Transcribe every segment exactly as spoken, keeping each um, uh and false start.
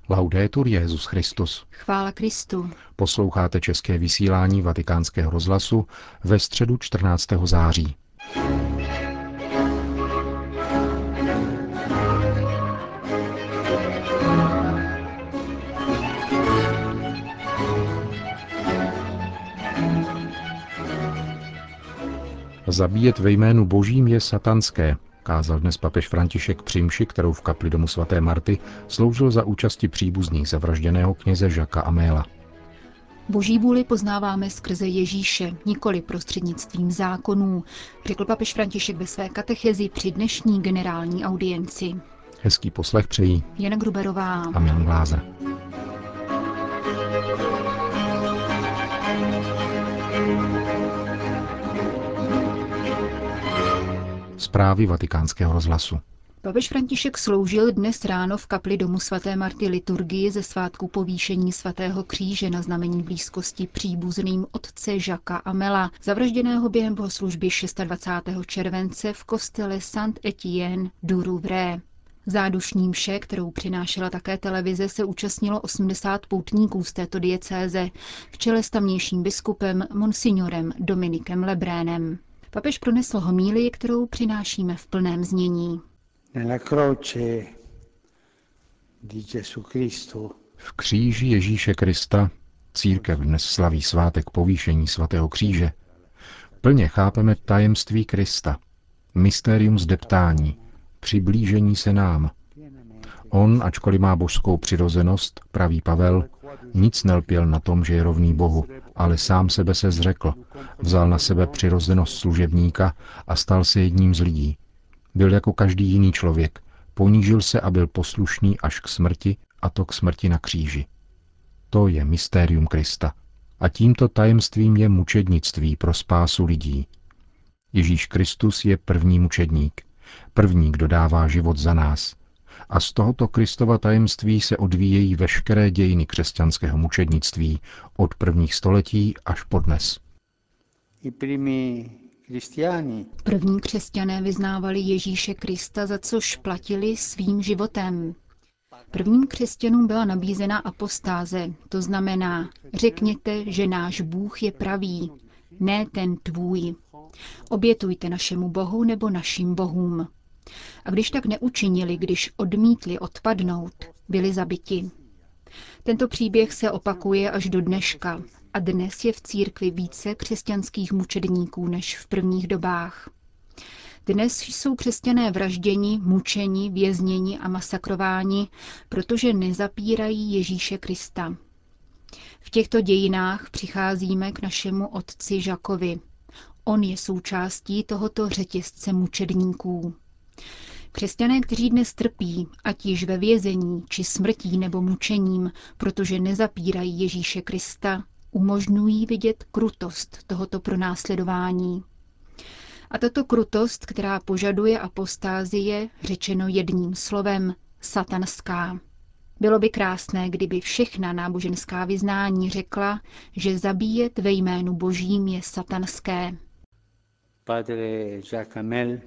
Laudetur Jesus Christus. Chvála Kristu. Posloucháte české vysílání Vatikánského rozhlasu ve středu čtrnáctého září. Zabíjet ve jménu Božím je satanské, kázal dnes papež František při mši, kterou v kapli domu svaté Marty sloužil za účasti příbuzných zavražděného kněze Jacquesa Hamela. Boží vůli poznáváme skrze Ježíše, nikoli prostřednictvím zákonů, řekl papež František ve své katechezi při dnešní generální audienci. Hezký poslech přejí Jana Gruberová a Milan Glázer. Zprávy Vatikánského rozhlasu. Papež František sloužil dnes ráno v kapli domu svaté Marty liturgii ze svátku povýšení svatého kříže na znamení blízkosti příbuzným otce Jacquesa Hamela, zavražděného během bohoslužby dvacátého šestého července v kostele Saint-Étienne du Rouvray. Zádušní mše, kterou přinášela také televize, se účastnilo osmdesát poutníků z této diecéze, v čele s tamnějším biskupem monsignorem Dominikem Lebrénem. Papež pronesl homílii, kterou přinášíme v plném znění. V kříži Ježíše Krista církev dnes slaví svátek povýšení svatého kříže. Plně chápeme tajemství Krista, mystérium zdeptání, přiblížení se nám. On, ačkoliv má božskou přirozenost, praví Pavel, nic nelpěl na tom, že je rovný Bohu, ale sám sebe se zřekl, vzal na sebe přirozenost služebníka a stal se jedním z lidí. Byl jako každý jiný člověk, ponížil se a byl poslušný až k smrti, a to k smrti na kříži. To je mystérium Krista. A tímto tajemstvím je mučednictví pro spásu lidí. Ježíš Kristus je první mučedník, první, kdo dává život za nás. A z tohoto Kristova tajemství se odvíjejí veškeré dějiny křesťanského mučednictví od prvních století až po dnes. První křesťané vyznávali Ježíše Krista, za což platili svým životem. Prvním křesťanům byla nabízena apostáze, to znamená, řekněte, že náš Bůh je pravý, ne ten tvůj. Obětujte našemu Bohu nebo našim bohům. A když tak neučinili, když odmítli odpadnout, byli zabiti. Tento příběh se opakuje až do dneška a dnes je v církvi více křesťanských mučedníků než v prvních dobách. Dnes jsou křesťané vražděni, mučeni, vězněni a masakrováni, protože nezapírají Ježíše Krista. V těchto dějinách přicházíme k našemu otci Jacquesovi. On je součástí tohoto řetězce mučedníků. Křesťané, kteří dnes trpí, ať již ve vězení, či smrtí nebo mučením, protože nezapírají Ježíše Krista, umožňují vidět krutost tohoto pronásledování. A tato krutost, která požaduje apostázie, řečeno jedním slovem, satanská. Bylo by krásné, kdyby všechna náboženská vyznání řekla, že zabíjet ve jménu Božím je satanské. Padre Jacques Hamel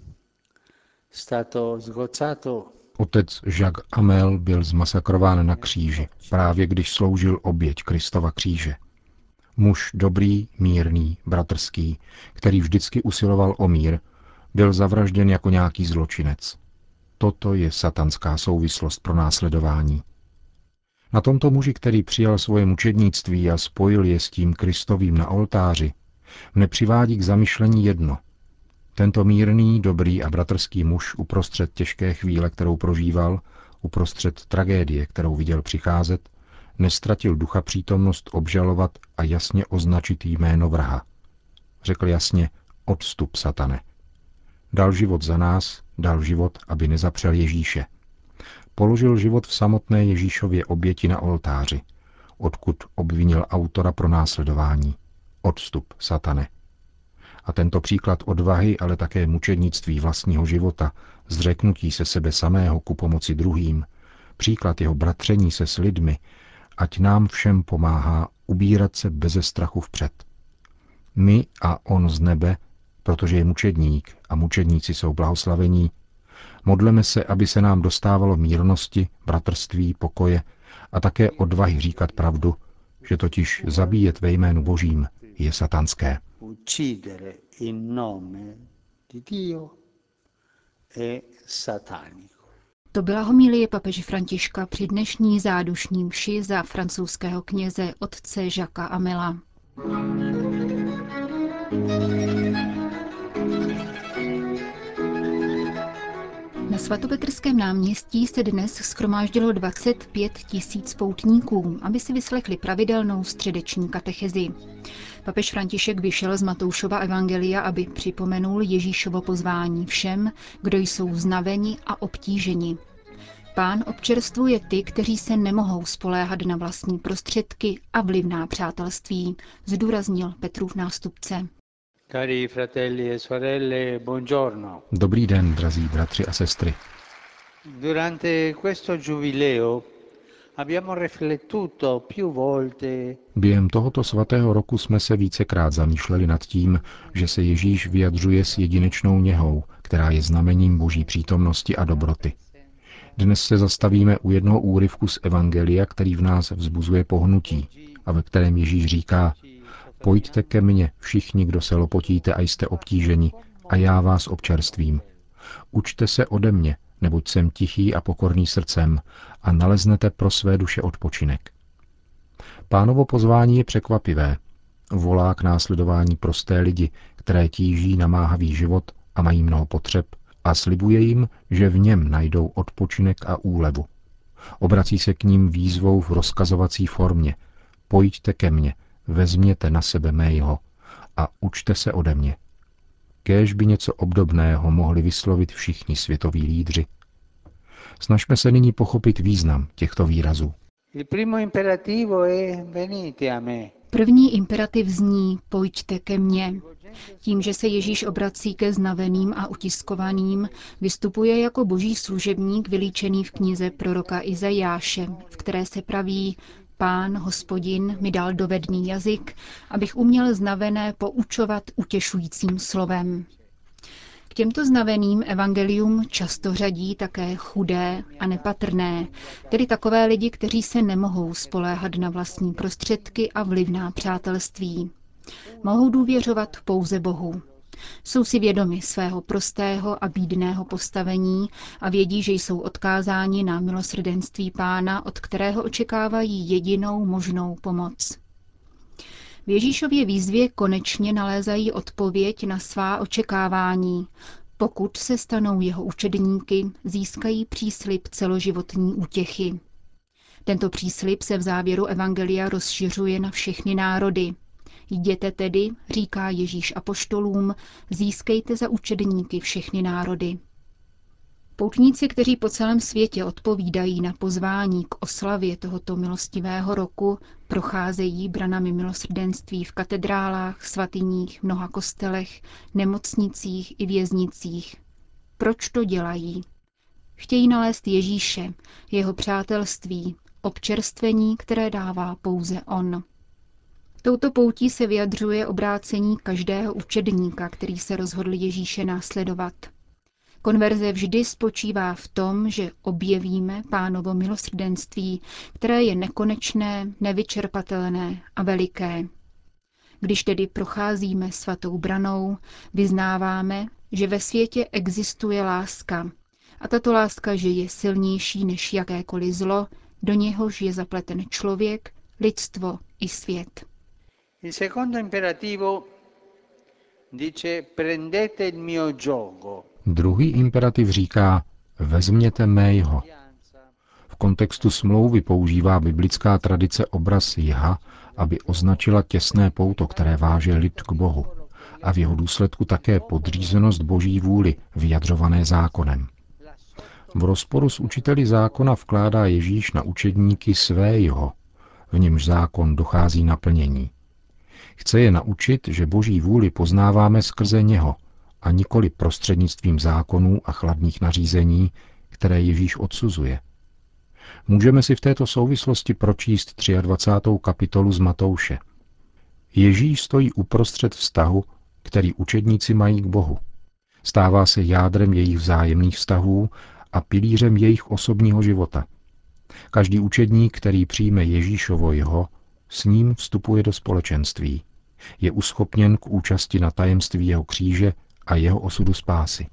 stato sgozzato. Otec Jacques Hamel byl zmasakrován na kříži, právě když sloužil oběť Kristova kříže. Muž dobrý, mírný, bratrský, který vždycky usiloval o mír, byl zavražděn jako nějaký zločinec. Toto je satanská souvislost pro následování. Na tomto muži, který přijal svoje mučednictví a spojil je s tím Kristovým na oltáři, mne přivádí k zamyšlení jedno. Tento mírný, dobrý a bratrský muž uprostřed těžké chvíle, kterou prožíval, uprostřed tragédie, kterou viděl přicházet, nestratil ducha přítomnost obžalovat a jasně označit jméno vraha. Řekl jasně, odstup, satane. Dal život za nás, dal život, aby nezapřel Ježíše. Položil život v samotné Ježíšově oběti na oltáři, odkud obvinil autora pronásledování. Odstup, satane. A tento příklad odvahy, ale také mučednictví vlastního života, zřeknutí se sebe samého ku pomoci druhým, příklad jeho bratření se s lidmi, ať nám všem pomáhá ubírat se beze strachu vpřed. My a on z nebe, protože je mučedník a mučedníci jsou blahoslavení, Modleme se, aby se nám dostávalo mírnosti, bratrství, pokoje a také odvahy říkat pravdu, že totiž zabíjet ve jménu Božím je satanské. To byla homilie papeže Františka při dnešní zádušní mši za francouzského kněze otce Jacquesa Hamela. Na svatopetrském náměstí se dnes shromáždilo dvacet pět tisíc poutníků, aby si vyslechli pravidelnou středeční katechezi. Papež František vyšel z Matoušova evangelia, aby připomenul Ježíšovo pozvání všem, kdo jsou znaveni a obtíženi. Pán občerstvuje ty, kteří se nemohou spoléhat na vlastní prostředky a vlivná přátelství, zdůraznil Petrův nástupce. Cari fratelli e sorelle, buongiorno. Dobrý den, drazí bratři a sestry. Durante questo giubileo abbiamo riflettuto più volte. Během tohoto svatého roku jsme se vícekrát zamýšleli nad tím, že se Ježíš vyjadřuje s jedinečnou něhou, která je znamením Boží přítomnosti a dobroty. Dnes se zastavíme u jednoho úryvku z evangelia, který v nás vzbuzuje pohnutí a ve kterém Ježíš říká: Pojďte ke mně, všichni, kdo se lopotíte a jste obtíženi, a já vás občerstvím. Učte se ode mě, neboť jsem tichý a pokorný srdcem, a naleznete pro své duše odpočinek. Pánovo pozvání je překvapivé. Volá k následování prosté lidi, které tíží namáhavý život a mají mnoho potřeb, a slibuje jim, že v něm najdou odpočinek a úlevu. Obrací se k ním výzvou v rozkazovací formě. Pojďte ke mně, vezměte na sebe mého a učte se ode mě. Kéž by něco obdobného mohli vyslovit všichni světoví lídři. Snažme se nyní pochopit význam těchto výrazů. První imperativ zní: pojďte ke mně. Tím, že se Ježíš obrací ke znaveným a utiskovaným, vystupuje jako boží služebník vylíčený v knize proroka Izajáše, v které se praví: Pán, Hospodin, mi dal dovedný jazyk, abych uměl znavené poučovat utěšujícím slovem. K těmto znaveným evangelium často řadí také chudé a nepatrné, tedy takové lidi, kteří se nemohou spoléhat na vlastní prostředky a vlivná přátelství. Mohou důvěřovat pouze Bohu. Jsou si vědomi svého prostého a bídného postavení a vědí, že jsou odkázáni na milosrdenství Pána, od kterého očekávají jedinou možnou pomoc. V Ježíšově výzvě konečně nalézají odpověď na svá očekávání. Pokud se stanou jeho učedníky, získají příslib celoživotní útěchy. Tento příslib se v závěru evangelia rozšiřuje na všechny národy. Jděte tedy, říká Ježíš apoštolům, získejte za učedníky všechny národy. Poutníci, kteří po celém světě odpovídají na pozvání k oslavě tohoto milostivého roku, procházejí branami milosrdenství v katedrálách, svatyních, mnoha kostelech, nemocnicích i věznicích. Proč to dělají? Chtějí nalézt Ježíše, jeho přátelství, občerstvení, které dává pouze on. Touto poutí se vyjadřuje obrácení každého učedníka, který se rozhodl Ježíše následovat. Konverze vždy spočívá v tom, že objevíme Pánovo milosrdenství, které je nekonečné, nevyčerpatelné a veliké. Když tedy procházíme svatou branou, vyznáváme, že ve světě existuje láska a tato láska, že je silnější než jakékoliv zlo, do něhož je zapleten člověk, lidstvo i svět. Il secondo imperativo dice prendete il mio giogo. Druhý imperativ říká: vezměte mého. V kontextu smlouvy používá biblická tradice obraz jha, aby označila těsné pouto, které váže lid k Bohu, a v jeho důsledku také podřízenost Boží vůli, vyjadřované zákonem. V rozporu s učiteli zákona vkládá Ježíš na učedníky své jho, v němž zákon dochází naplnění. Chce je naučit, že Boží vůli poznáváme skrze něho a nikoli prostřednictvím zákonů a chladných nařízení, které Ježíš odsuzuje. Můžeme si v této souvislosti pročíst dvacátou třetí kapitolu z Matouše. Ježíš stojí uprostřed vztahu, který učedníci mají k Bohu. Stává se jádrem jejich vzájemných vztahů a pilířem jejich osobního života. Každý učedník, který přijme Ježíšovo jeho, s ním vstupuje do společenství. Je uschopněn k účasti na tajemství jeho kříže a jeho osudu spásy.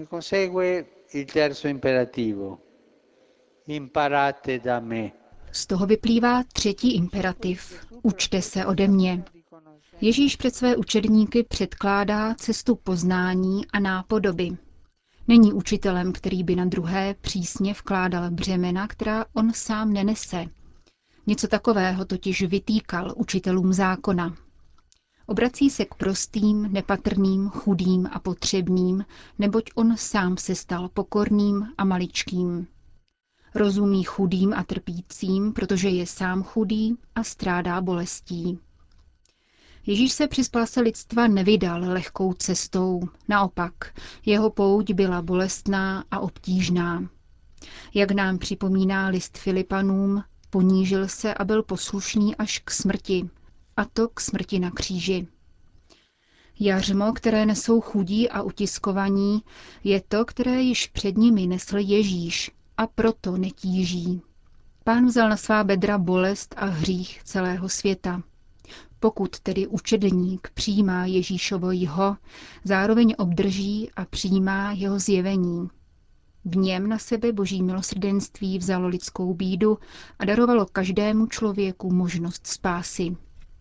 Z toho vyplývá třetí imperativ. Učte se ode mě. Ježíš před své učedníky předkládá cestu poznání a nápodoby. Není učitelem, který by na druhé přísně vkládal břemena, která on sám nenese. Něco takového totiž vytýkal učitelům zákona. Obrací se k prostým, nepatrným, chudým a potřebným, neboť on sám se stal pokorným a maličkým. Rozumí chudým a trpícím, protože je sám chudý a strádá bolestí. Ježíš se při spáse lidstva nevydal lehkou cestou, naopak, jeho pouť byla bolestná a obtížná. Jak nám připomíná list Filipanům, ponížil se a byl poslušný až k smrti, a to k smrti na kříži. Jařmo, které nesou chudí a utiskovaní, je to, které již před nimi nesl Ježíš, a proto netíží. Pán vzal na svá bedra bolest a hřích celého světa. Pokud tedy učedník přijímá Ježíšovo jho, zároveň obdrží a přijímá jeho zjevení. V něm na sebe Boží milosrdenství vzalo lidskou bídu a darovalo každému člověku možnost spásy.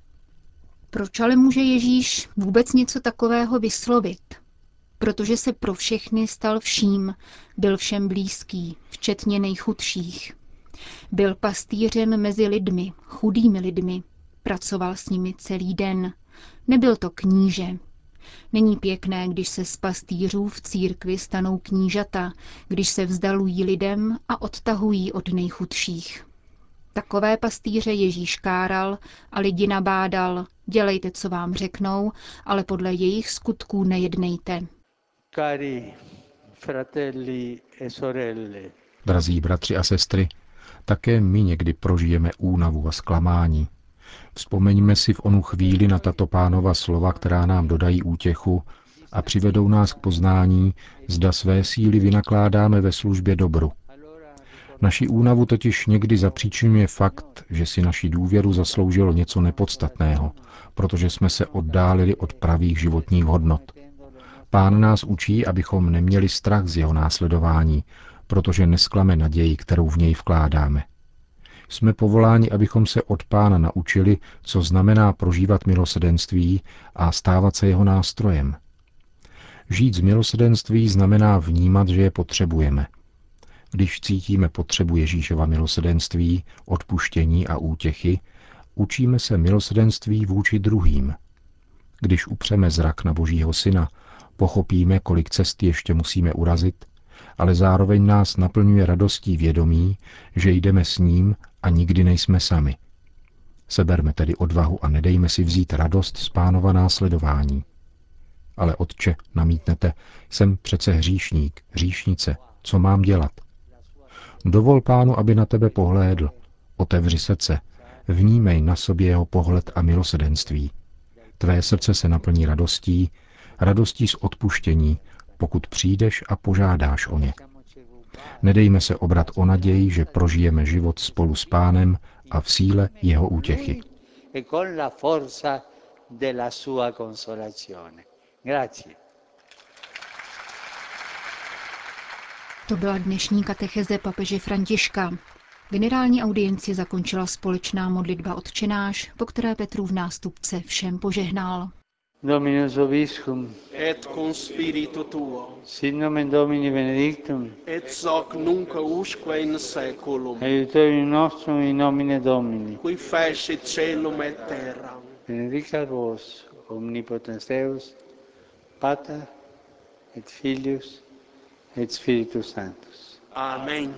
Proč ale může Ježíš vůbec něco takového vyslovit? Protože se pro všechny stal vším, byl všem blízký, včetně nejchudších. Byl pastýřem mezi lidmi, chudými lidmi, pracoval s nimi celý den. Nebyl to kníže. Není pěkné, když se z pastýřů v církvi stanou knížata, když se vzdalují lidem a odtahují od nejchudších. Takové pastýře Ježíš káral a lidi nabádal, dělejte, co vám řeknou, ale podle jejich skutků nejednejte. Cari fratelli e sorelle. Drazí bratři a sestry, také my někdy prožijeme únavu a zklamání. Vzpomeňme si v onu chvíli na tato Pánova slova, která nám dodají útěchu a přivedou nás k poznání, zda své síly vynakládáme ve službě dobru. Naši únavu totiž někdy zapříčinuje fakt, že si naši důvěru zasloužilo něco nepodstatného, protože jsme se oddálili od pravých životních hodnot. Pán nás učí, abychom neměli strach z jeho následování, protože nesklame naději, kterou v něj vkládáme. Jsme povoláni, abychom se od Pána naučili, co znamená prožívat milosrdenství a stávat se jeho nástrojem. Žít z milosrdenství znamená vnímat, že je potřebujeme. Když cítíme potřebu Ježíšova milosrdenství, odpuštění a útěchy, učíme se milosrdenství vůči druhým. Když upřeme zrak na Božího Syna, pochopíme, kolik cest ještě musíme urazit, ale zároveň nás naplňuje radostí vědomí, že jdeme s ním a nikdy nejsme sami. Seberme tedy odvahu a nedejme si vzít radost z Pánova následování. Ale Otče, namítnete, jsem přece hříšník, hříšnice, co mám dělat? Dovol Pánu, aby na tebe pohlédl, otevři srdce, vnímej na sobě jeho pohled a milosrdenství. Tvé srdce se naplní radostí, radostí z odpuštění, pokud přijdeš a požádáš o ně. Nedejme se obrat o naději, že prožijeme život spolu s Pánem a v síle jeho útěchy. To byla dnešní katecheze papeže Františka. Generální audienci zakončila společná modlitba Otčenáš, po které Petrův nástupce všem požehnal. Dominus vobiscum, et cum spiritu tuo, sit nomen Domini benedictum, et hoc nunc usque in saeculum, aiutorium nostrum in nomine Domini, qui fecit caelum et terram. benedicat vos, omnipotens Deus, Pater et Filius et Spiritus Sanctus. Amen.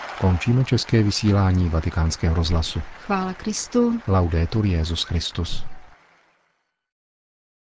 Končíme české vysílání Vatikánského rozhlasu. Chvála Kristu. Laudetur Jesus Christus.